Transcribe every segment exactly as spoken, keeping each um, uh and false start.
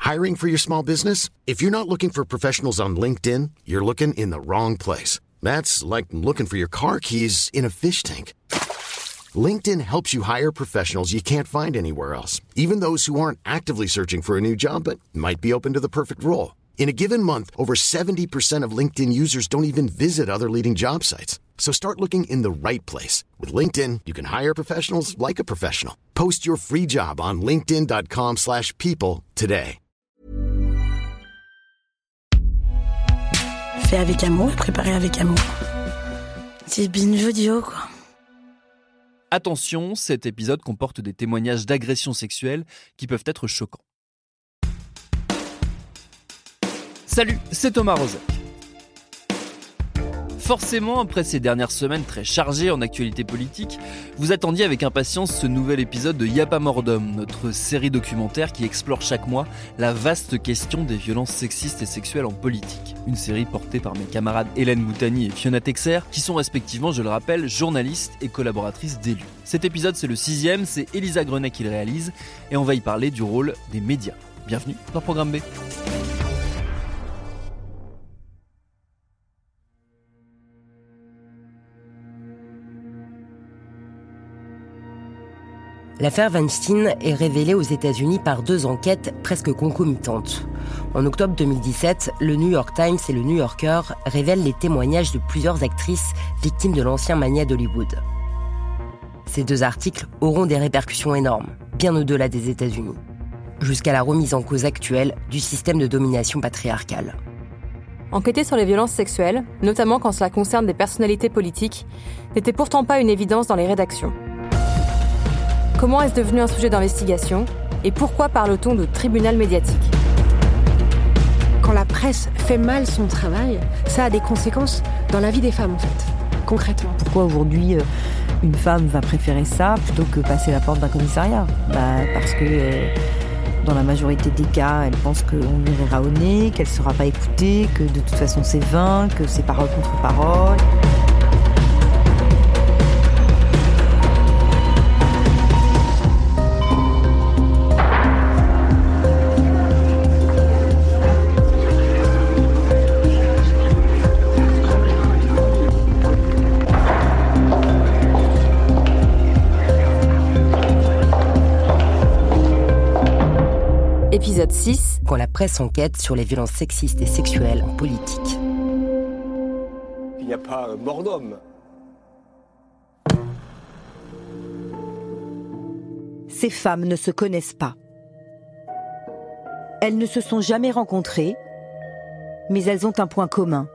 Hiring for your small business? If you're not looking for professionals on LinkedIn, you're looking in the wrong place. That's like looking for your car keys in a fish tank. LinkedIn helps you hire professionals you can't find anywhere else, even those who aren't actively searching for a new job but might be open to the perfect role. In a given month, over seventy percent of LinkedIn users don't even visit other leading job sites. So start looking in the right place. With LinkedIn, you can hire professionals like a professional. Post your free job on linkedin.com slash people today. Fait avec amour, préparé avec amour. C'est binge audio, quoi. Attention, cet épisode comporte des témoignages d'agressions sexuelles qui peuvent être choquants. Salut, c'est Thomas Rozek. Forcément, après ces dernières semaines très chargées en actualité politique, vous attendiez avec impatience ce nouvel épisode de Y'a pas mort d'homme, notre série documentaire qui explore chaque mois la vaste question des violences sexistes et sexuelles en politique. Une série portée par mes camarades Hélène Moutani et Fiona Texer, qui sont respectivement, je le rappelle, journalistes et collaboratrices d'Élus. Cet épisode, c'est le sixième, c'est Elisa Grenet qui le réalise, et on va y parler du rôle des médias. Bienvenue dans Programme B. L'affaire Weinstein est révélée aux États-Unis par deux enquêtes presque concomitantes. En octobre deux mille dix-sept, le New York Times et le New Yorker révèlent les témoignages de plusieurs actrices victimes de l'ancien magnat d'Hollywood. Ces deux articles auront des répercussions énormes, bien au-delà des États-Unis, jusqu'à la remise en cause actuelle du système de domination patriarcale. Enquêter sur les violences sexuelles, notamment quand cela concerne des personnalités politiques, n'était pourtant pas une évidence dans les rédactions. Comment est-ce devenu un sujet d'investigation et pourquoi parle-t-on de tribunal médiatique ? Quand la presse fait mal son travail, ça a des conséquences dans la vie des femmes en fait, concrètement. Pourquoi aujourd'hui une femme va préférer ça plutôt que passer la porte d'un commissariat ? Bah, parce que euh, dans la majorité des cas, elle pense qu'on lui rira au nez, qu'elle ne sera pas écoutée, que de toute façon c'est vain, que c'est parole contre parole. Épisode six. Quand la presse enquête sur les violences sexistes et sexuelles en politique. Il n'y a pas mort d'homme. Ces femmes ne se connaissent pas. Elles ne se sont jamais rencontrées, mais elles ont un point commun.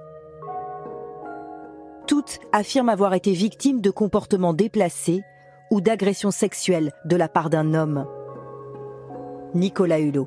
Toutes affirment avoir été victimes de comportements déplacés ou d'agressions sexuelles de la part d'un homme. Nicolas Hulot.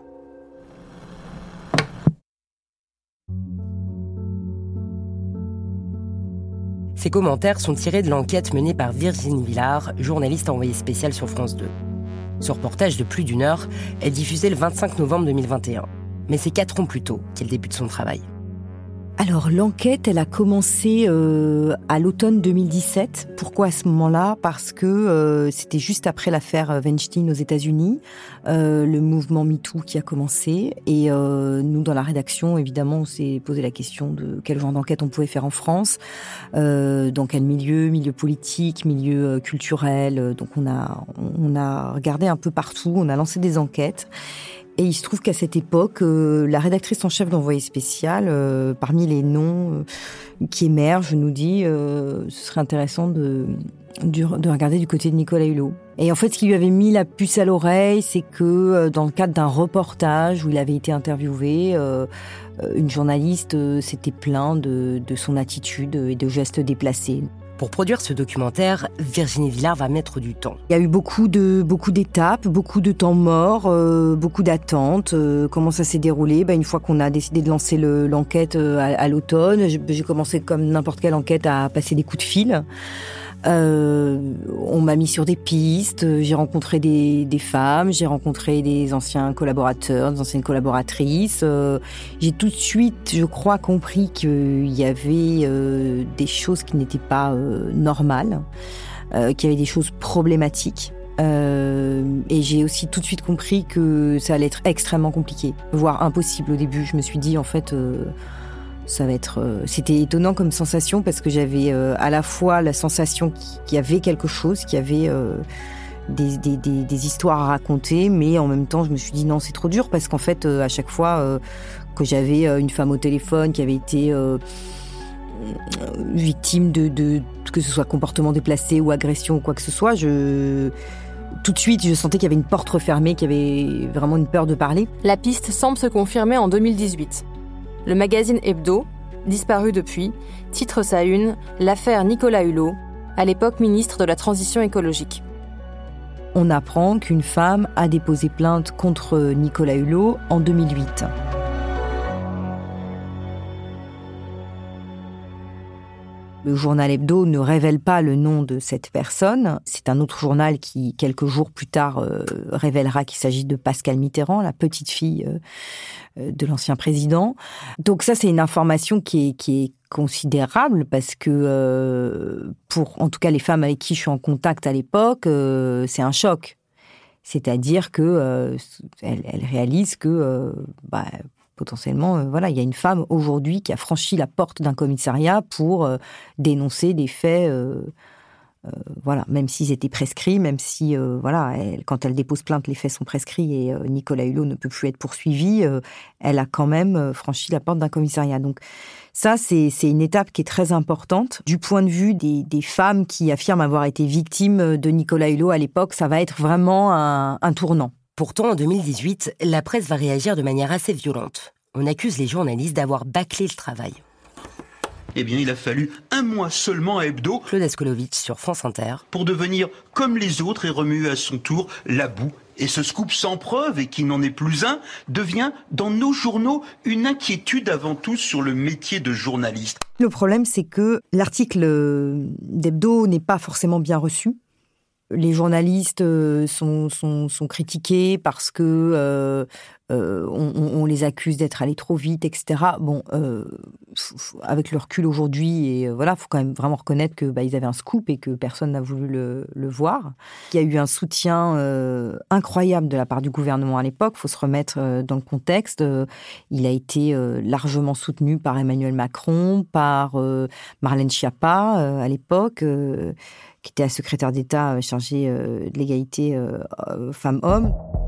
Ces commentaires sont tirés de l'enquête menée par Virginie Villard, journaliste envoyée spéciale sur France deux. Ce reportage de plus d'une heure est diffusé le vingt-cinq novembre deux mille vingt et un. Mais c'est quatre ans plus tôt qu'elle débute son travail. Alors l'enquête, elle a commencé euh, à l'automne deux mille dix-sept. Pourquoi à ce moment-là ? Parce que euh, c'était juste après l'affaire Weinstein aux États-Unis, euh, le mouvement MeToo qui a commencé. Et euh, nous, dans la rédaction, évidemment, on s'est posé la question de quel genre d'enquête on pouvait faire en France, euh, dans quel milieu, milieu politique, milieu culturel. Donc on a, on a regardé un peu partout, on a lancé des enquêtes. Et il se trouve qu'à cette époque, euh, la rédactrice en chef d'Envoyé spécial, euh, parmi les noms euh, qui émergent, nous dit euh, ce serait intéressant de, de, de regarder du côté de Nicolas Hulot. Et en fait, ce qui lui avait mis la puce à l'oreille, c'est que euh, dans le cadre d'un reportage où il avait été interviewé, euh, une journaliste euh, s'était plainte de, de son attitude et de gestes déplacés. Pour produire ce documentaire, Virginie Villard va mettre du temps. Il y a eu beaucoup de beaucoup d'étapes, beaucoup de temps mort, euh, beaucoup d'attentes. Euh, comment ça s'est déroulé ? Ben, une fois qu'on a décidé de lancer le, l'enquête euh, à, à l'automne, j'ai, j'ai commencé comme n'importe quelle enquête à passer des coups de fil. Euh, on m'a mis sur des pistes, j'ai rencontré des, des femmes, j'ai rencontré des anciens collaborateurs, des anciennes collaboratrices. Euh, j'ai tout de suite, je crois, compris qu'il y avait euh, des choses qui n'étaient pas euh, normales, euh, qu'il y avait des choses problématiques. Euh, et j'ai aussi tout de suite compris que ça allait être extrêmement compliqué, voire impossible au début. Je me suis dit, en fait, euh, ça va être... Euh, c'était étonnant comme sensation parce que j'avais euh, à la fois la sensation qu'il y avait quelque chose, qu'il y avait euh, des, des, des, des histoires à raconter, mais en même temps, je me suis dit, non, c'est trop dur parce qu'en fait, euh, à chaque fois euh, que j'avais une femme au téléphone qui avait été... Euh, victime de, de que ce soit comportement déplacé ou agression ou quoi que ce soit, je tout de suite je sentais qu'il y avait une porte refermée, qu'il y avait vraiment une peur de parler. La piste semble se confirmer en deux mille dix-huit. Le magazine Hebdo, disparu depuis, titre sa une « L'affaire Nicolas Hulot, à l'époque ministre de la Transition écologique ». On apprend qu'une femme a déposé plainte contre Nicolas Hulot en deux mille huit. Le journal Hebdo ne révèle pas le nom de cette personne. C'est un autre journal qui, quelques jours plus tard, euh, révélera qu'il s'agit de Pascale Mitterrand, la petite fille euh, de l'ancien président. Donc ça, c'est une information qui est, qui est considérable parce que, euh, pour en tout cas les femmes avec qui je suis en contact à l'époque, euh, c'est un choc. C'est-à-dire que euh, elles, elles réalisent que... Euh, bah, potentiellement, euh, voilà, il y a une femme aujourd'hui qui a franchi la porte d'un commissariat pour euh, dénoncer des faits, euh, euh, voilà, même s'ils étaient prescrits, même si, euh, voilà, elle, quand elle dépose plainte, les faits sont prescrits et euh, Nicolas Hulot ne peut plus être poursuivi, euh, elle a quand même euh, franchi la porte d'un commissariat. Donc ça, c'est, c'est une étape qui est très importante. Du point de vue des, des femmes qui affirment avoir été victimes de Nicolas Hulot à l'époque, ça va être vraiment un, un tournant. Pourtant, en deux mille dix-huit, la presse va réagir de manière assez violente. On accuse les journalistes d'avoir bâclé le travail. Eh bien, il a fallu un mois seulement à Hebdo, Claude Askolovitch sur France Inter, pour devenir comme les autres et remuer à son tour la boue. Et ce scoop sans preuve, et qui n'en est plus un, devient, dans nos journaux, une inquiétude avant tout sur le métier de journaliste. Le problème, c'est que l'article d'Hebdo n'est pas forcément bien reçu. Les journalistes sont, sont, sont critiqués parce que euh, euh, on, on les accuse d'être allés trop vite, et cetera. Bon, euh, avec le recul aujourd'hui, et voilà, faut quand même vraiment reconnaître que bah, ils avaient un scoop et que personne n'a voulu le, le voir. Il y a eu un soutien euh, incroyable de la part du gouvernement à l'époque. Faut se remettre euh, dans le contexte. Euh, il a été euh, largement soutenu par Emmanuel Macron, par euh, Marlène Schiappa euh, à l'époque. Euh, qui était la secrétaire d'État chargée de l'égalité femmes-hommes.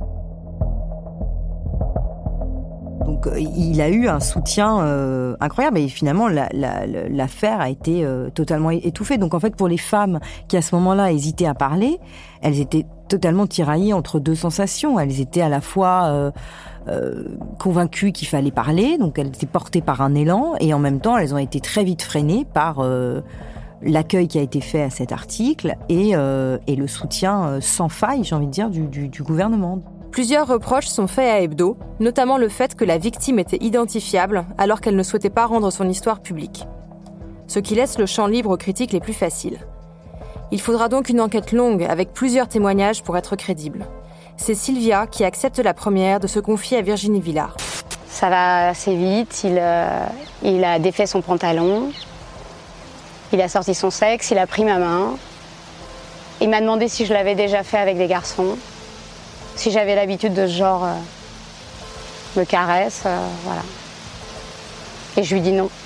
Donc, il a eu un soutien euh, incroyable et finalement, la, la, l'affaire a été euh, totalement étouffée. Donc, en fait, pour les femmes qui, à ce moment-là, hésitaient à parler, elles étaient totalement tiraillées entre deux sensations. Elles étaient à la fois euh, euh, convaincues qu'il fallait parler, donc elles étaient portées par un élan, et en même temps, elles ont été très vite freinées par... Euh, l'accueil qui a été fait à cet article et, euh, et le soutien euh, sans faille, j'ai envie de dire, du, du, du gouvernement. Plusieurs reproches sont faits à Hebdo, notamment le fait que la victime était identifiable alors qu'elle ne souhaitait pas rendre son histoire publique. Ce qui laisse le champ libre aux critiques les plus faciles. Il faudra donc une enquête longue avec plusieurs témoignages pour être crédible. C'est Sylvia qui accepte la première de se confier à Virginie Villard. Ça va assez vite, il, euh, il a défait son pantalon. Il a sorti son sexe, il a pris ma main. Il m'a demandé si je l'avais déjà fait avec des garçons, si j'avais l'habitude de ce genre euh, me caresse, euh, voilà. Et je lui dis non.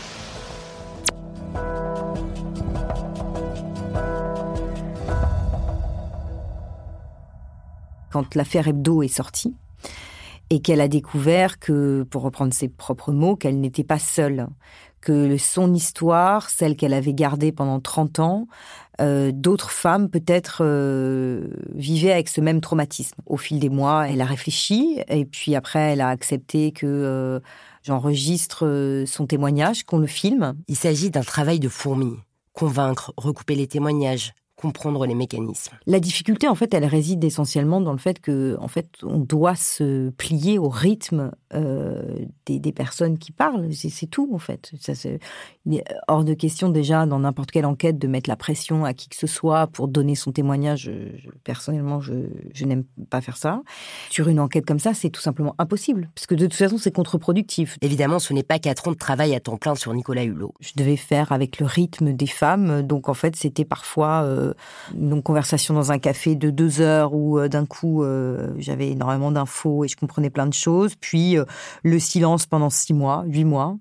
Quand l'affaire Hebdo est sortie, et qu'elle a découvert que, pour reprendre ses propres mots, qu'elle n'était pas seule, que son histoire, celle qu'elle avait gardée pendant trente ans, euh, d'autres femmes peut-être euh, vivaient avec ce même traumatisme. Au fil des mois, elle a réfléchi et puis après, elle a accepté que euh, j'enregistre son témoignage, qu'on le filme. Il s'agit d'un travail de fourmi. Convaincre, recouper les témoignages, comprendre les mécanismes. La difficulté, en fait, elle réside essentiellement dans le fait que, en fait, on doit se plier au rythme euh, des, des personnes qui parlent. C'est, c'est tout, en fait. Ça, c'est, il est hors de question, déjà, dans n'importe quelle enquête, de mettre la pression à qui que ce soit pour donner son témoignage. Je, je, personnellement, je, je n'aime pas faire ça. Sur une enquête comme ça, c'est tout simplement impossible, parce que de toute façon, c'est contre-productif. Évidemment, ce n'est pas quatre ans de travail à temps plein sur Nicolas Hulot. Je devais faire avec le rythme des femmes, donc en fait, c'était parfois... Euh, euh, une conversation dans un café de deux heures où euh, d'un coup euh, j'avais énormément d'infos et je comprenais plein de choses. Puis euh, le silence pendant six mois, huit mois.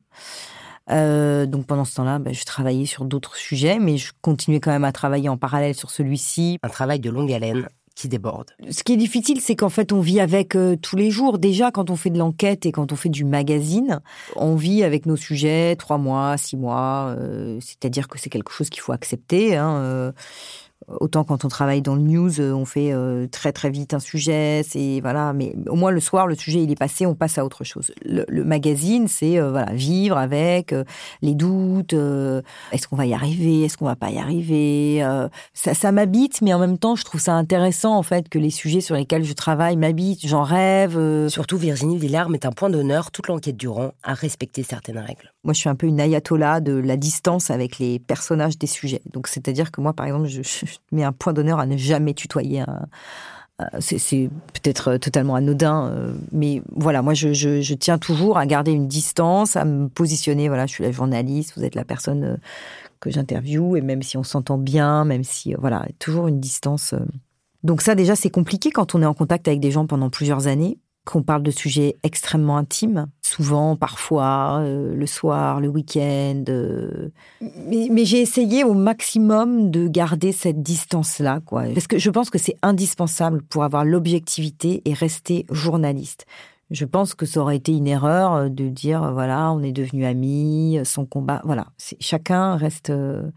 Euh, donc pendant ce temps-là, bah, je travaillais sur d'autres sujets, mais je continuais quand même à travailler en parallèle sur celui-ci. Un travail de longue haleine qui déborde. Ce qui est difficile, c'est qu'en fait, on vit avec euh, tous les jours. Déjà, quand on fait de l'enquête et quand on fait du magazine, on vit avec nos sujets trois mois, six mois. Euh, c'est-à-dire que c'est quelque chose qu'il faut accepter. Hein, euh, Autant quand on travaille dans le news, on fait euh, très très vite un sujet, c'est voilà. Mais au moins le soir, le sujet il est passé, on passe à autre chose. Le, le magazine, c'est euh, voilà vivre avec euh, les doutes. Euh, est-ce qu'on va y arriver? Est-ce qu'on va pas y arriver? euh, Ça, ça m'habite, mais en même temps, je trouve ça intéressant en fait que les sujets sur lesquels je travaille m'habitent. J'en rêve. Euh... Surtout, Virginie Villard met un point d'honneur toute l'enquête durant à respecter certaines règles. Moi, je suis un peu une ayatollah de la distance avec les personnages des sujets. Donc, c'est-à-dire que moi, par exemple, je, je mets un point d'honneur à ne jamais tutoyer un... C'est, c'est peut-être totalement anodin, mais voilà, moi, je, je, je tiens toujours à garder une distance, à me positionner. Voilà, je suis la journaliste, vous êtes la personne que j'interviewe, et même si on s'entend bien, même si... Voilà, toujours une distance. Donc ça, déjà, c'est compliqué quand on est en contact avec des gens pendant plusieurs années, qu'on parle de sujets extrêmement intimes, souvent, parfois, euh, le soir, le week-end. Euh... Mais, mais j'ai essayé au maximum de garder cette distance-là, quoi. Parce que je pense que c'est indispensable pour avoir l'objectivité et rester journaliste. Je pense que ça aurait été une erreur de dire, voilà, on est devenus amis, son combat... Voilà, c'est, chacun reste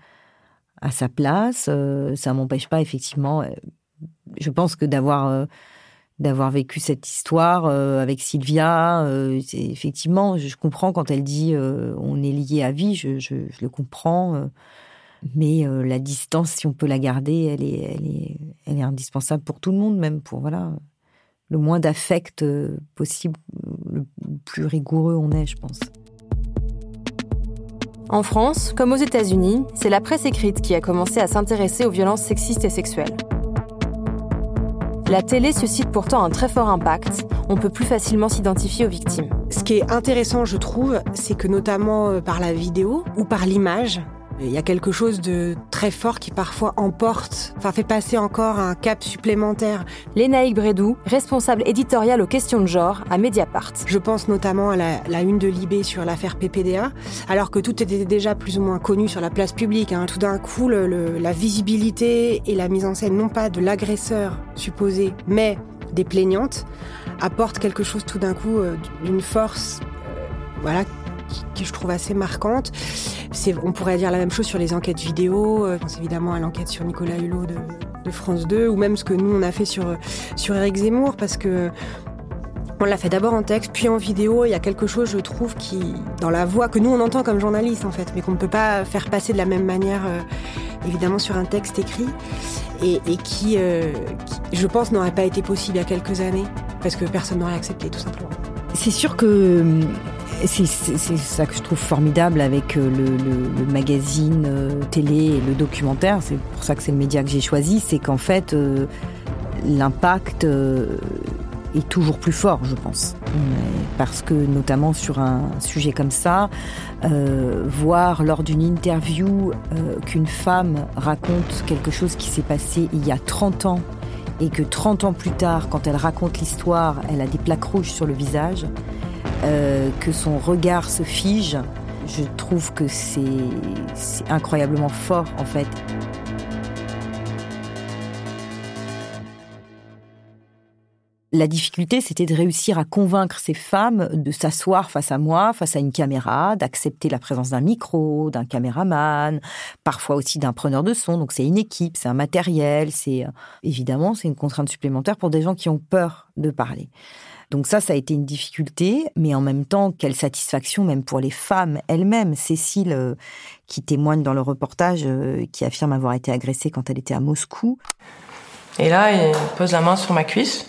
à sa place. Ça m'empêche pas, effectivement... Je pense que d'avoir... Euh, d'avoir vécu cette histoire euh, avec Sylvia. Euh, c'est, effectivement, je, je comprends quand elle dit euh, on est liés à vie, je, je, je le comprends. Euh, mais euh, la distance, si on peut la garder, elle est, elle est, elle est indispensable pour tout le monde, même pour voilà, le moins d'affect euh, possible, le plus rigoureux on est, je pense. En France, comme aux États-Unis, c'est la presse écrite qui a commencé à s'intéresser aux violences sexistes et sexuelles. La télé suscite pourtant un très fort impact. On peut plus facilement s'identifier aux victimes. Ce qui est intéressant, je trouve, c'est que notamment par la vidéo ou par l'image, il y a quelque chose de très fort qui parfois emporte, enfin fait passer encore un cap supplémentaire. Lénaïque Brédoux, responsable éditoriale aux questions de genre à Mediapart. Je pense notamment à la, la une de Libé sur l'affaire P P D A, alors que tout était déjà plus ou moins connu sur la place publique. Hein. Tout d'un coup, le, le, la visibilité et la mise en scène, non pas de l'agresseur supposé, mais des plaignantes, apportent quelque chose tout d'un coup euh, d'une force, euh, voilà, que je trouve assez marquante. C'est, on pourrait dire la même chose sur les enquêtes vidéo. Je pense évidemment à l'enquête sur Nicolas Hulot de, de France deux, ou même ce que nous on a fait sur, sur Éric Zemmour, parce que on l'a fait d'abord en texte, puis en vidéo. Il y a quelque chose, je trouve, qui, dans la voix que nous on entend comme journalistes en fait, mais qu'on ne peut pas faire passer de la même manière, euh, évidemment sur un texte écrit, et, et qui, euh, qui, je pense, n'aurait pas été possible il y a quelques années, parce que personne n'aurait accepté, tout simplement. C'est sûr que c'est, c'est, c'est ça que je trouve formidable avec le, le, le magazine euh, télé et le documentaire. C'est pour ça que c'est le média que j'ai choisi. C'est qu'en fait, euh, l'impact euh, est toujours plus fort, je pense. Parce que, notamment sur un sujet comme ça, euh, voir lors d'une interview euh, qu'une femme raconte quelque chose qui s'est passé il y a trente ans, et que trente ans plus tard, quand elle raconte l'histoire, elle a des plaques rouges sur le visage, euh, que son regard se fige, je trouve que c'est, c'est incroyablement fort, en fait. La difficulté, c'était de réussir à convaincre ces femmes de s'asseoir face à moi, face à une caméra, d'accepter la présence d'un micro, d'un caméraman, parfois aussi d'un preneur de son. Donc c'est une équipe, c'est un matériel, c'est évidemment c'est une contrainte supplémentaire pour des gens qui ont peur de parler. Donc ça, ça a été une difficulté, mais en même temps, quelle satisfaction même pour les femmes elles-mêmes. Cécile, euh, qui témoigne dans le reportage, euh, qui affirme avoir été agressée quand elle était à Moscou. Et là, il pose la main sur ma cuisse.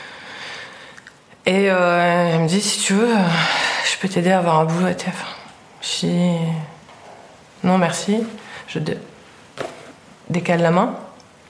Et euh, elle me dit, si tu veux, euh, je peux t'aider à avoir un boulot à T F un. Je dis, non merci. Je dé- décale la main.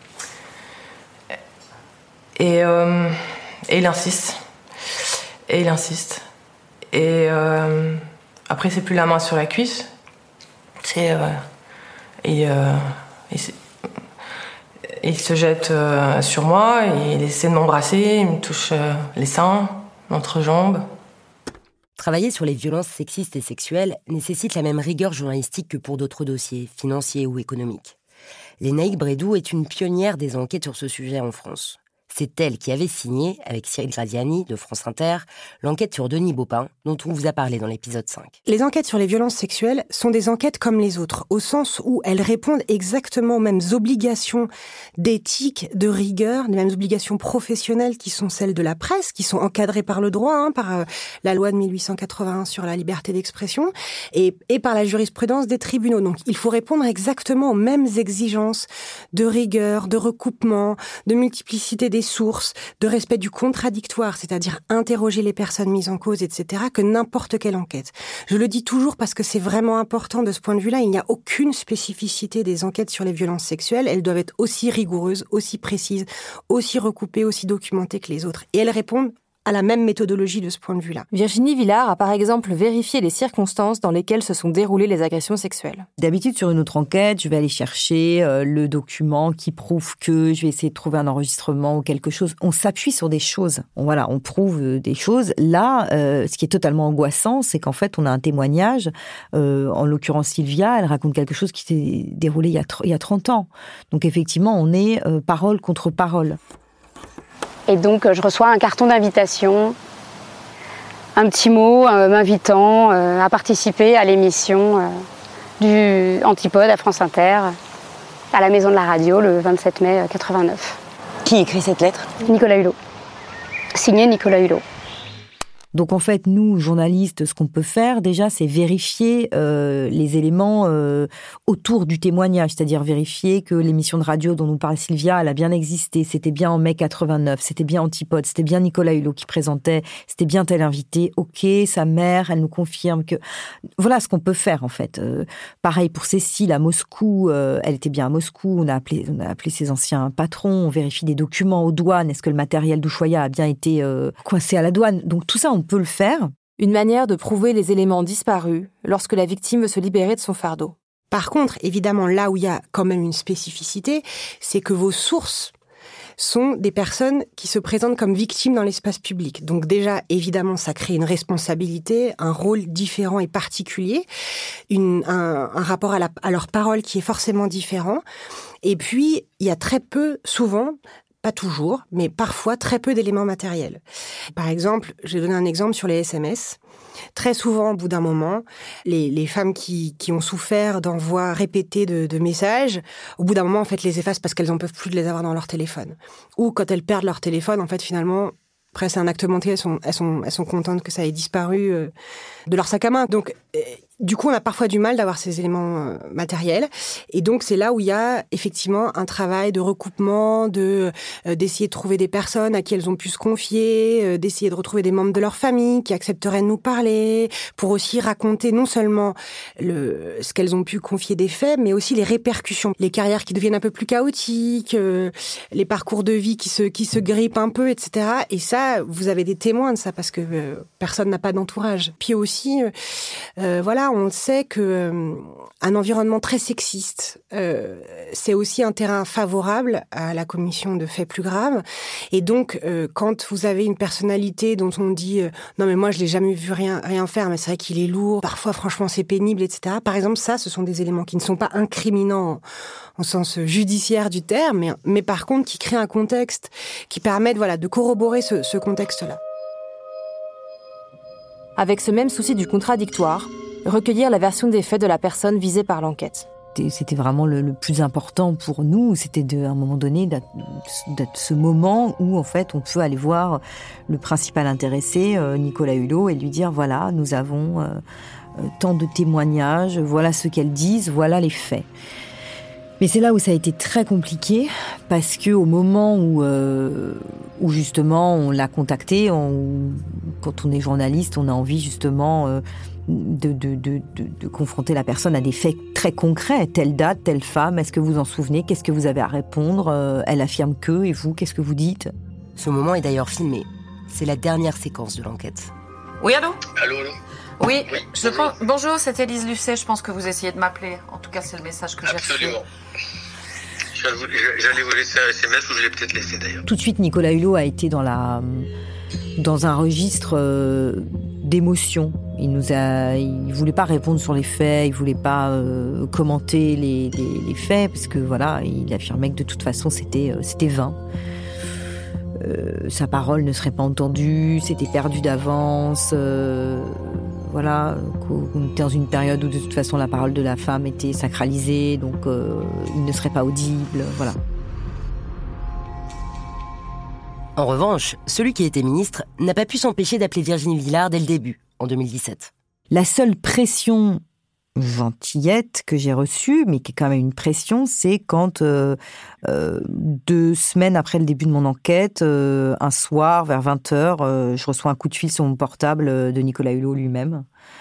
Et, euh, et il insiste. Et il insiste. Et euh, après, c'est plus la main sur la cuisse. C'est... Euh, et, euh, et c'est, il se jette euh, sur moi, et il essaie de m'embrasser, il me touche euh, les seins, l'entrejambe. Travailler sur les violences sexistes et sexuelles nécessite la même rigueur journalistique que pour d'autres dossiers, financiers ou économiques. Lénaïque Brédoux est une pionnière des enquêtes sur ce sujet en France. C'est elle qui avait signé, avec Cyril Gradiani de France Inter, l'enquête sur Denis Baupin, dont on vous a parlé dans l'épisode cinq. Les enquêtes sur les violences sexuelles sont des enquêtes comme les autres, au sens où elles répondent exactement aux mêmes obligations d'éthique, de rigueur, les mêmes obligations professionnelles qui sont celles de la presse, qui sont encadrées par le droit, hein, par euh, la loi de mille huit cent quatre-vingt-un sur la liberté d'expression, et, et par la jurisprudence des tribunaux. Donc il faut répondre exactement aux mêmes exigences de rigueur, de recoupement, de multiplicité des sources, de respect du contradictoire, c'est-à-dire interroger les personnes mises en cause, et cetera, que n'importe quelle enquête. Je le dis toujours parce que c'est vraiment important de ce point de vue-là. Il n'y a aucune spécificité des enquêtes sur les violences sexuelles. Elles doivent être aussi rigoureuses, aussi précises, aussi recoupées, aussi documentées que les autres. Et elles répondent à la même méthodologie de ce point de vue-là. Virginie Villard a par exemple vérifié les circonstances dans lesquelles se sont déroulées les agressions sexuelles. D'habitude, sur une autre enquête, je vais aller chercher euh, le document qui prouve que, je vais essayer de trouver un enregistrement ou quelque chose. On s'appuie sur des choses. On, voilà, on prouve euh, des choses. Là, euh, ce qui est totalement angoissant, c'est qu'en fait, on a un témoignage. Euh, en l'occurrence, Sylvia, elle raconte quelque chose qui s'est déroulé il y a, il y a trente ans. Donc effectivement, on est euh, parole contre parole. Et donc, je reçois un carton d'invitation, un petit mot euh, m'invitant euh, à participer à l'émission euh, du Antipode à France Inter, à la Maison de la Radio, le vingt-sept mai quatre-vingt-neuf. Qui écrit cette lettre ? Nicolas Hulot. Signé Nicolas Hulot. Donc en fait, nous, journalistes, ce qu'on peut faire déjà, c'est vérifier euh, les éléments euh, autour du témoignage, c'est-à-dire vérifier que l'émission de radio dont nous parle Sylvia, elle a bien existé, c'était bien en mai quatre-vingt-neuf, c'était bien Antipode, c'était bien Nicolas Hulot qui présentait, c'était bien tel invité, ok, sa mère, elle nous confirme que... Voilà ce qu'on peut faire en fait. Euh, pareil pour Cécile à Moscou, euh, elle était bien à Moscou, on a, appelé, on a appelé ses anciens patrons, on vérifie des documents aux douanes, est-ce que le matériel d'Ushuaïa a bien été euh, coincé à la douane ? Donc tout ça, on peut le faire. Une manière de prouver les éléments disparus lorsque la victime veut se libérer de son fardeau. Par contre, évidemment, là où il y a quand même une spécificité, c'est que vos sources sont des personnes qui se présentent comme victimes dans l'espace public. Donc déjà, évidemment, ça crée une responsabilité, un rôle différent et particulier, une, un, un rapport à, la, à leur parole qui est forcément différent. Et puis, il y a très peu, souvent... Pas toujours, mais parfois très peu d'éléments matériels. Par exemple, je vais donner un exemple sur les S M S. Très souvent, au bout d'un moment, les, les femmes qui, qui ont souffert d'envois répétés de, de messages, au bout d'un moment, en fait, les effacent parce qu'elles n'en peuvent plus de les avoir dans leur téléphone. Ou quand elles perdent leur téléphone, en fait, finalement, après c'est un acte manqué, elles sont, elles sont, elles sont contentes que ça ait disparu euh, de leur sac à main. Donc, euh, du coup, on a parfois du mal d'avoir ces éléments euh, matériels. Et donc, c'est là où il y a effectivement un travail de recoupement, de euh, d'essayer de trouver des personnes à qui elles ont pu se confier, euh, d'essayer de retrouver des membres de leur famille qui accepteraient de nous parler, pour aussi raconter non seulement le, ce qu'elles ont pu confier des faits, mais aussi les répercussions, les carrières qui deviennent un peu plus chaotiques, euh, les parcours de vie qui se qui se grippent un peu, et cetera. Et ça, vous avez des témoins de ça parce que euh, personne n'a pas d'entourage. Puis aussi, euh, euh, voilà. On sait que euh, un environnement très sexiste, euh, c'est aussi un terrain favorable à la commission de faits plus graves. Et donc, euh, quand vous avez une personnalité dont on dit euh, non mais moi je l'ai jamais vu rien rien faire, mais c'est vrai qu'il est lourd, parfois franchement c'est pénible, et cetera. Par exemple, ça, ce sont des éléments qui ne sont pas incriminants en, en sens judiciaire du terme, mais, mais par contre qui créent un contexte qui permettent voilà de corroborer ce, ce contexte-là. Avec ce même souci du contradictoire, recueillir la version des faits de la personne visée par l'enquête. C'était vraiment le, le plus important pour nous, c'était de, à un moment donné d'être, d'être ce moment où en fait on peut aller voir le principal intéressé, euh, Nicolas Hulot, et lui dire voilà, nous avons euh, tant de témoignages, voilà ce qu'elles disent, voilà les faits. Mais c'est là où ça a été très compliqué, parce que au moment où, euh, où justement on l'a contacté, on, quand on est journaliste, on a envie justement euh, de, de, de, de, de confronter la personne à des faits très concrets. Telle date, telle femme, est-ce que vous en souvenez ? Qu'est-ce que vous avez à répondre ? euh, Elle affirme que, et vous, qu'est-ce que vous dites ? Ce moment est d'ailleurs filmé. C'est la dernière séquence de l'enquête. Oui, allô ? Allô, allô ? Oui, oui je pense... Bonjour, c'est Élise Lucet. Je pense que vous essayez de m'appeler. En tout cas, c'est le message que j'ai reçu. Absolument. Je J'allais vous laisser un S M S ou je l'ai peut-être laissé d'ailleurs. Tout de suite, Nicolas Hulot a été dans, la, dans un registre euh, d'émotion. Il nous a, il voulait pas répondre sur les faits, il voulait pas euh, commenter les, les, les faits, parce que voilà, il affirmait que de toute façon c'était, euh, c'était vain. Euh, sa parole ne serait pas entendue, c'était perdu d'avance. Euh, voilà, qu'on était dans une période où de toute façon la parole de la femme était sacralisée, donc euh, il ne serait pas audible, voilà. En revanche, celui qui était ministre n'a pas pu s'empêcher d'appeler Virginie Villard dès le début, en deux mille dix-sept. La seule pression gentillette que j'ai reçue, mais qui est quand même une pression, c'est quand, euh, euh, deux semaines après le début de mon enquête, euh, un soir, vers vingt heures, euh, je reçois un coup de fil sur mon portable de Nicolas Hulot lui-même.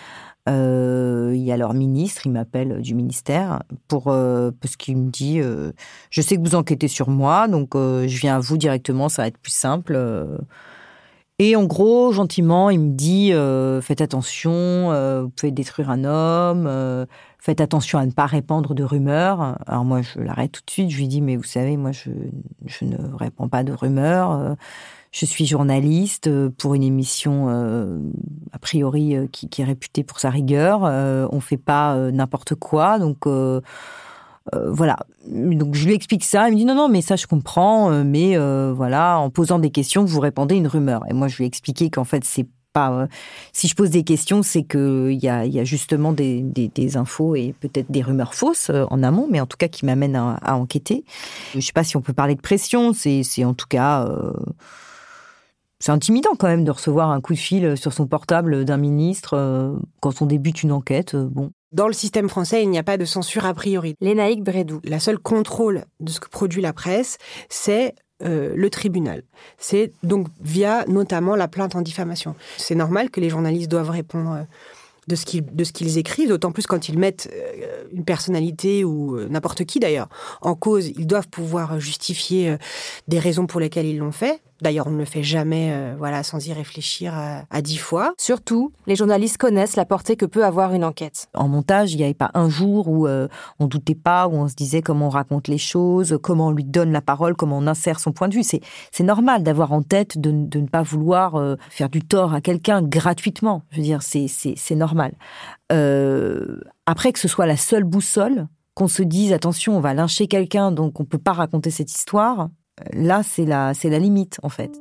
Euh, il y a leur ministre, il m'appelle du ministère, pour, euh, parce qu'il me dit euh, « Je sais que vous enquêtez sur moi, donc euh, je viens à vous directement, ça va être plus simple. Euh, » Et en gros, gentiment, il me dit euh, « Faites attention, euh, vous pouvez détruire un homme, euh, faites attention à ne pas répandre de rumeurs. » Alors moi, je l'arrête tout de suite, je lui dis « Mais vous savez, moi, je, je ne répands pas de rumeurs. Euh, je suis journaliste pour une émission, euh, a priori, euh, qui, qui est réputée pour sa rigueur. Euh, on ne fait pas euh, n'importe quoi, donc... Euh, Euh, voilà, donc je lui explique ça, il me dit non, non, mais ça je comprends, euh, mais euh, voilà, en posant des questions, vous répondez une rumeur. Et moi je lui ai expliqué qu'en fait c'est pas, euh, si je pose des questions, c'est qu'il y a, y a justement des, des, des infos et peut-être des rumeurs fausses euh, en amont, mais en tout cas qui m'amènent à, à enquêter. Je sais pas si on peut parler de pression, c'est, c'est en tout cas... Euh, c'est intimidant quand même de recevoir un coup de fil sur son portable d'un ministre euh, quand on débute une enquête, euh, bon... Dans le système français, il n'y a pas de censure a priori. Lénaïque Brédou. La seule contrôle de ce que produit la presse, c'est euh, le tribunal. C'est donc via notamment la plainte en diffamation. C'est normal que les journalistes doivent répondre de ce qu'ils, de ce qu'ils écrivent, d'autant plus quand ils mettent euh, une personnalité ou euh, n'importe qui d'ailleurs en cause. Ils doivent pouvoir justifier euh, des raisons pour lesquelles ils l'ont fait. D'ailleurs, on ne le fait jamais euh, voilà, sans y réfléchir à, à dix fois. Surtout, les journalistes connaissent la portée que peut avoir une enquête. En montage, il n'y avait pas un jour où euh, on doutait pas, où on se disait comment on raconte les choses, comment on lui donne la parole, comment on insère son point de vue. C'est, c'est normal d'avoir en tête de, de ne pas vouloir euh, faire du tort à quelqu'un gratuitement. Je veux dire, c'est, c'est, c'est normal. Euh, après, que ce soit la seule boussole, qu'on se dise, attention, on va lyncher quelqu'un, donc on ne peut pas raconter cette histoire... Là, c'est la, c'est la limite, en fait.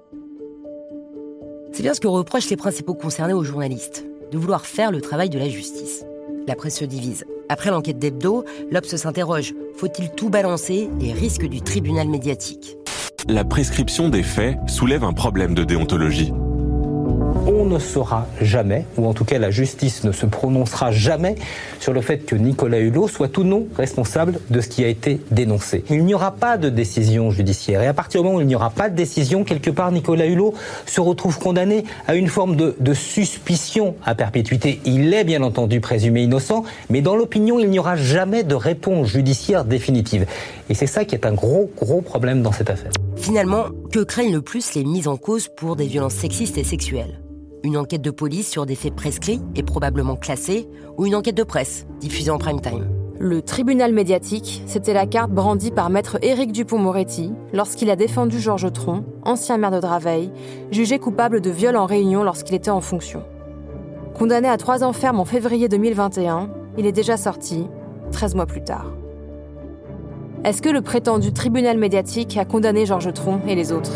C'est bien ce que reprochent les principaux concernés aux journalistes, de vouloir faire le travail de la justice. La presse se divise. Après l'enquête d'Hebdo, l'Obs s'interroge. Faut-il tout balancer? Les risques du tribunal médiatique. La prescription des faits soulève un problème de déontologie. On ne saura jamais, ou en tout cas la justice ne se prononcera jamais sur le fait que Nicolas Hulot soit ou non responsable de ce qui a été dénoncé. Il n'y aura pas de décision judiciaire. Et à partir du moment où il n'y aura pas de décision, quelque part Nicolas Hulot se retrouve condamné à une forme de, de suspicion à perpétuité. Il est bien entendu présumé innocent, mais dans l'opinion, il n'y aura jamais de réponse judiciaire définitive. Et c'est ça qui est un gros, gros problème dans cette affaire. Finalement, que craignent le plus les mises en cause pour des violences sexistes et sexuelles? Une enquête de police sur des faits prescrits et probablement classés, ou une enquête de presse, diffusée en prime time? Le tribunal médiatique, c'était la carte brandie par maître Éric Dupond-Moretti lorsqu'il a défendu Georges Tron, ancien maire de Draveil, jugé coupable de viol en réunion lorsqu'il était en fonction. Condamné à trois ans ferme en février deux mille vingt et un, il est déjà sorti, treize mois plus tard. Est-ce que le prétendu tribunal médiatique a condamné Georges Tron et les autres ?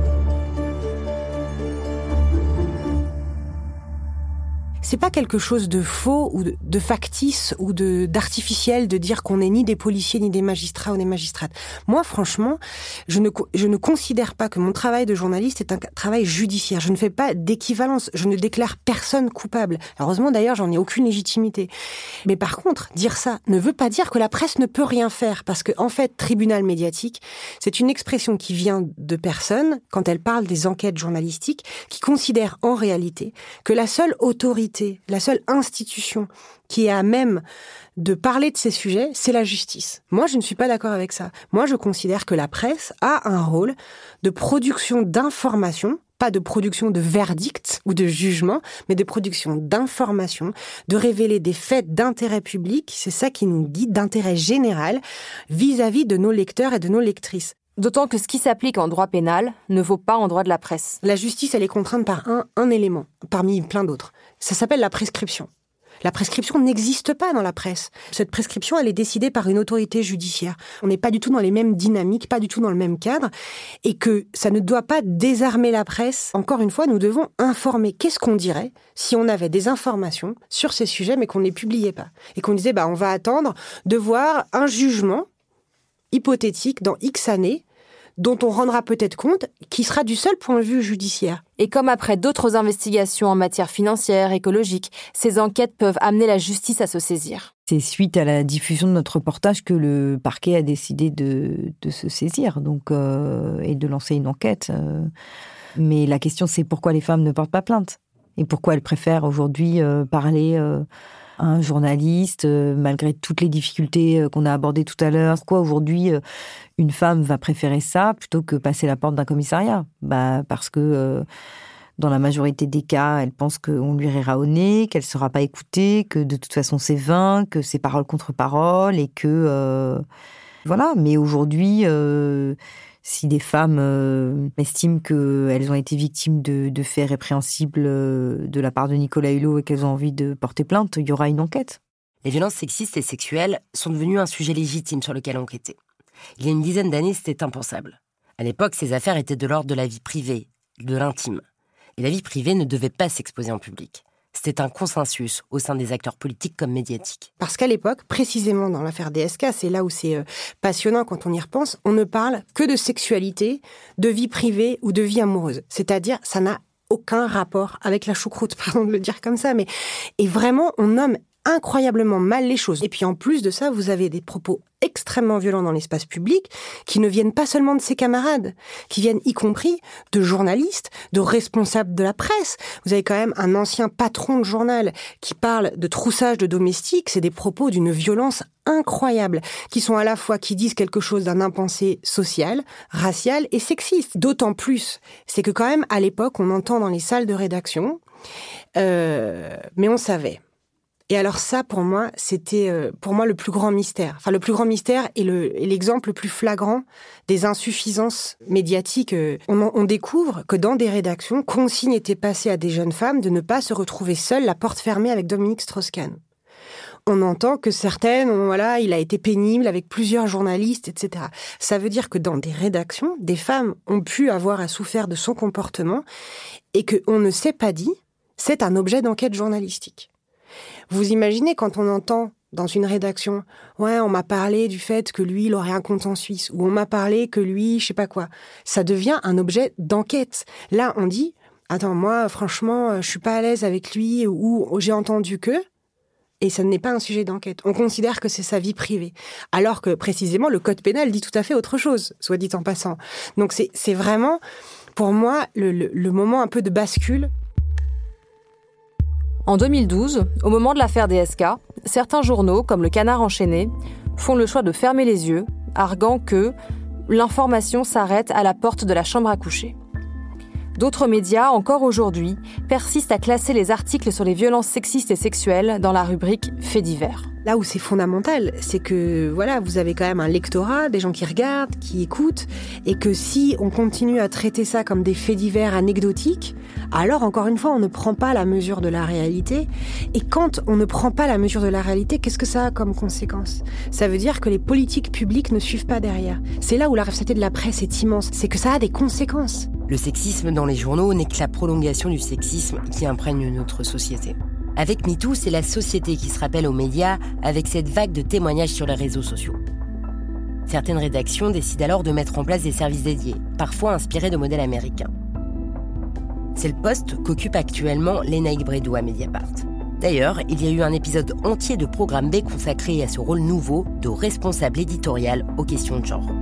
C'est pas quelque chose de faux ou de, de factice ou de d'artificiel de dire qu'on n'est ni des policiers ni des magistrats ou des magistrates. Moi, franchement, je ne je ne considère pas que mon travail de journaliste est un travail judiciaire. Je ne fais pas d'équivalence. Je ne déclare personne coupable. Heureusement, d'ailleurs, j'en ai aucune légitimité. Mais par contre, dire ça ne veut pas dire que la presse ne peut rien faire, parce que en fait, tribunal médiatique, c'est une expression qui vient de personnes quand elles parlent des enquêtes journalistiques, qui considèrent en réalité que la seule autorité, la seule institution qui est à même de parler de ces sujets, c'est la justice. Moi, je ne suis pas d'accord avec ça. Moi, je considère que la presse a un rôle de production d'informations pas de production de verdict ou de jugement, mais de production d'informations, de révéler des faits d'intérêt public, c'est ça qui nous guide, d'intérêt général, vis-à-vis de nos lecteurs et de nos lectrices. D'autant que ce qui s'applique en droit pénal ne vaut pas en droit de la presse. La justice, elle est contrainte par un, un élément, parmi plein d'autres. Ça s'appelle la prescription. La prescription n'existe pas dans la presse. Cette prescription, elle est décidée par une autorité judiciaire. On n'est pas du tout dans les mêmes dynamiques, pas du tout dans le même cadre, et que ça ne doit pas désarmer la presse. Encore une fois, nous devons informer. Qu'est-ce qu'on dirait si on avait des informations sur ces sujets, mais qu'on ne les publiait pas? Et qu'on disait, bah, on va attendre de voir un jugement hypothétique dans X années, dont on rendra peut-être compte, qui sera du seul point de vue judiciaire. Et comme après d'autres investigations en matière financière, écologique, ces enquêtes peuvent amener la justice à se saisir. C'est suite à la diffusion de notre reportage que le parquet a décidé de, de se saisir donc, euh, et de lancer une enquête. Euh. Mais la question, c'est pourquoi les femmes ne portent pas plainte? Et pourquoi elles préfèrent aujourd'hui euh, parler euh, à un journaliste, euh, malgré toutes les difficultés euh, qu'on a abordées tout à l'heure? Pourquoi aujourd'hui euh, une femme va préférer ça plutôt que passer la porte d'un commissariat? Bah, parce que euh, dans la majorité des cas, elle pense qu'on lui rira au nez, qu'elle ne sera pas écoutée, que de toute façon c'est vain, que c'est parole contre parole et que... Euh, voilà, mais aujourd'hui... Euh, Si des femmes euh, estiment qu'elles ont été victimes de, de faits répréhensibles euh, de la part de Nicolas Hulot et qu'elles ont envie de porter plainte, il y aura une enquête. Les violences sexistes et sexuelles sont devenues un sujet légitime sur lequel enquêter. Il y a une dizaine d'années, c'était impensable. À l'époque, ces affaires étaient de l'ordre de la vie privée, de l'intime. Et la vie privée ne devait pas s'exposer en public. C'était un consensus au sein des acteurs politiques comme médiatiques. Parce qu'à l'époque, précisément dans l'affaire D S K, c'est là où c'est euh, passionnant quand on y repense, on ne parle que de sexualité, de vie privée ou de vie amoureuse. C'est-à-dire, ça n'a aucun rapport avec la choucroute, pardon de le dire comme ça, mais et vraiment, on nomme incroyablement mal les choses. Et puis en plus de ça, vous avez des propos extrêmement violents dans l'espace public qui ne viennent pas seulement de ses camarades, qui viennent y compris de journalistes, de responsables de la presse. Vous avez quand même un ancien patron de journal qui parle de troussage de domestiques. C'est des propos d'une violence incroyable, qui sont à la fois, qui disent quelque chose d'un impensé social, racial et sexiste. D'autant plus, c'est que quand même, à l'époque, on entend dans les salles de rédaction, euh, mais on savait. Et alors ça, pour moi, c'était euh, pour moi le plus grand mystère. Enfin, le plus grand mystère et, le, et l'exemple le plus flagrant des insuffisances médiatiques. Euh, on, on découvre que dans des rédactions, consigne était passée à des jeunes femmes de ne pas se retrouver seules, la porte fermée avec Dominique Strauss-Kahn. On entend que certaines, on, voilà, il a été pénible avec plusieurs journalistes, et cetera. Ça veut dire que dans des rédactions, des femmes ont pu avoir à souffrir de son comportement et qu'on ne s'est pas dit, c'est un objet d'enquête journalistique. Vous imaginez quand on entend dans une rédaction, ouais, on m'a parlé du fait que lui, il aurait un compte en Suisse, ou on m'a parlé que lui, je sais pas quoi. Ça devient un objet d'enquête. Là, on dit, attends, moi, franchement, je suis pas à l'aise avec lui, ou j'ai entendu que, et ça n'est pas un sujet d'enquête. On considère que c'est sa vie privée. Alors que, précisément, le code pénal dit tout à fait autre chose, soit dit en passant. Donc c'est, c'est vraiment, pour moi, le, le, le moment un peu de bascule. En deux mille douze, au moment de l'affaire D S K, certains journaux, comme le Canard enchaîné, font le choix de fermer les yeux, arguant que l'information s'arrête à la porte de la chambre à coucher. D'autres médias, encore aujourd'hui, persistent à classer les articles sur les violences sexistes et sexuelles dans la rubrique « Faits divers ». Là où c'est fondamental, c'est que voilà, vous avez quand même un lectorat, des gens qui regardent, qui écoutent, et que si on continue à traiter ça comme des faits divers anecdotiques, alors encore une fois, on ne prend pas la mesure de la réalité. Et quand on ne prend pas la mesure de la réalité, qu'est-ce que ça a comme conséquence ? Ça veut dire que les politiques publiques ne suivent pas derrière. C'est là où la responsabilité de la presse est immense, c'est que ça a des conséquences. Le sexisme dans les journaux n'est que la prolongation du sexisme qui imprègne notre société. Avec MeToo, c'est la société qui se rappelle aux médias avec cette vague de témoignages sur les réseaux sociaux. Certaines rédactions décident alors de mettre en place des services dédiés, parfois inspirés de modèles américains. C'est le poste qu'occupe actuellement Lénaïque Brédoux à Mediapart. D'ailleurs, il y a eu un épisode entier de Programme B consacré à ce rôle nouveau de responsable éditorial aux questions de genre.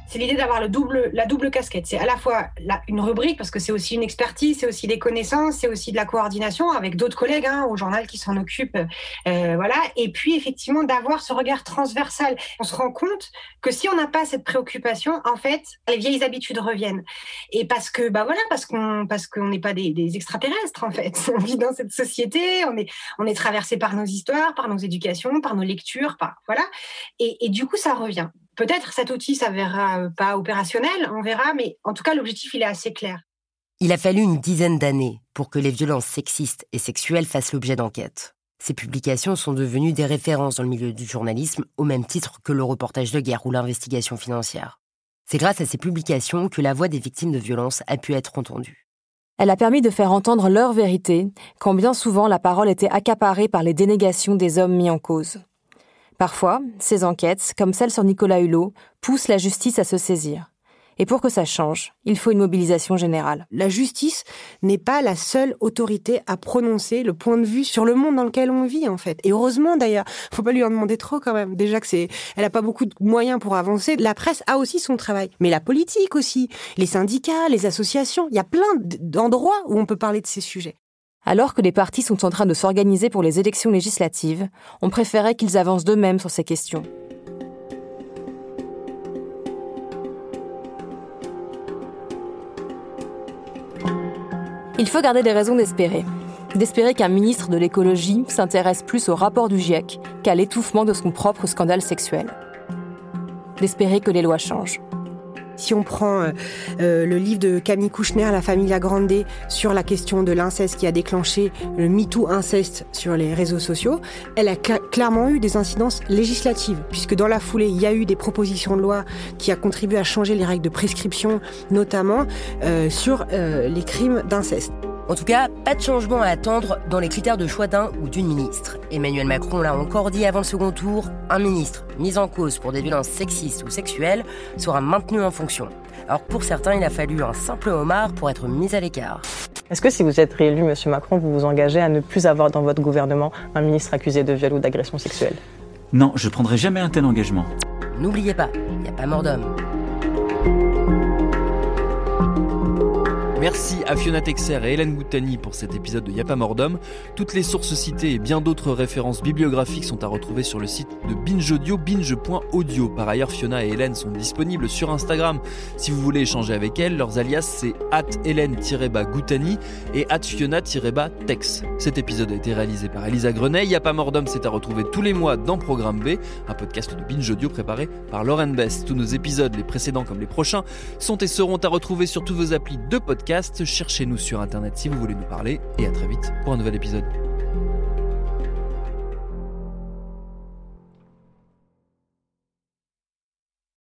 c'est l'idée d'avoir le double, la double casquette. C'est à la fois la, une rubrique, parce que c'est aussi une expertise, c'est aussi des connaissances, c'est aussi de la coordination avec d'autres collègues hein, au journal qui s'en occupent. Euh, voilà. Et puis, effectivement, d'avoir ce regard transversal. On se rend compte que si on n'a pas cette préoccupation, en fait, les vieilles habitudes reviennent. Et parce que, bah voilà, parce qu'on parce qu'on n'est pas des, des extraterrestres, en fait. On vit dans cette société, on est, on est traversé par nos histoires, par nos éducations, par nos lectures, par, voilà. Et, et du coup, ça revient. Peut-être cet outil ne s'avérera pas opérationnel, on verra, mais en tout cas, l'objectif, il est assez clair. Il a fallu une dizaine d'années pour que les violences sexistes et sexuelles fassent l'objet d'enquêtes. Ces publications sont devenues des références dans le milieu du journalisme, au même titre que le reportage de guerre ou l'investigation financière. C'est grâce à ces publications que la voix des victimes de violences a pu être entendue. Elle a permis de faire entendre leur vérité, quand bien souvent la parole était accaparée par les dénégations des hommes mis en cause. Parfois, ces enquêtes, comme celle sur Nicolas Hulot, poussent la justice à se saisir. Et pour que ça change, il faut une mobilisation générale. La justice n'est pas la seule autorité à prononcer le point de vue sur le monde dans lequel on vit, en fait. Et heureusement, d'ailleurs, faut pas lui en demander trop, quand même. Déjà que c'est, elle a pas beaucoup de moyens pour avancer. La presse a aussi son travail. Mais la politique aussi. Les syndicats, les associations. Il y a plein d'endroits où on peut parler de ces sujets. Alors que les partis sont en train de s'organiser pour les élections législatives, on préférait qu'ils avancent d'eux-mêmes sur ces questions. Il faut garder des raisons d'espérer. D'espérer qu'un ministre de l'écologie s'intéresse plus au rapport du GIEC qu'à l'étouffement de son propre scandale sexuel. D'espérer que les lois changent. Si on prend euh, euh, le livre de Camille Kouchner, La Familia Grande, sur la question de l'inceste qui a déclenché le MeToo inceste sur les réseaux sociaux, elle a cl- clairement eu des incidences législatives, puisque dans la foulée, il y a eu des propositions de loi qui a contribué à changer les règles de prescription, notamment euh, sur euh, les crimes d'inceste. En tout cas, pas de changement à attendre dans les critères de choix d'un ou d'une ministre. Emmanuel Macron l'a encore dit avant le second tour, un ministre mis en cause pour des violences sexistes ou sexuelles sera maintenu en fonction. Alors pour certains, il a fallu un simple homard pour être mis à l'écart. Est-ce que si vous êtes réélu, Monsieur Macron, vous vous engagez à ne plus avoir dans votre gouvernement un ministre accusé de viol ou d'agression sexuelle ? Non, je prendrai jamais un tel engagement. N'oubliez pas, il n'y a pas mort d'homme. Merci à Fiona Texer et Hélène Boutani pour cet épisode de Y'a pas mort d'homme. Toutes les sources citées et bien d'autres références bibliographiques sont à retrouver sur le site de Binge Audio, binge point audio. Par ailleurs, Fiona et Hélène sont disponibles sur Instagram. Si vous voulez échanger avec elles, leurs alias c'est arobase hélène-boutani et arobase fiona-tex. Cet épisode a été réalisé par Elisa Grenet. Y'a pas mort d'homme, c'est à retrouver tous les mois dans Programme B, un podcast de Binge Audio préparé par Lauren Best. Tous nos épisodes, les précédents comme les prochains, sont et seront à retrouver sur tous vos applis de podcast. Cherchez-nous sur internet si vous voulez nous parler et à très vite pour un nouvel épisode.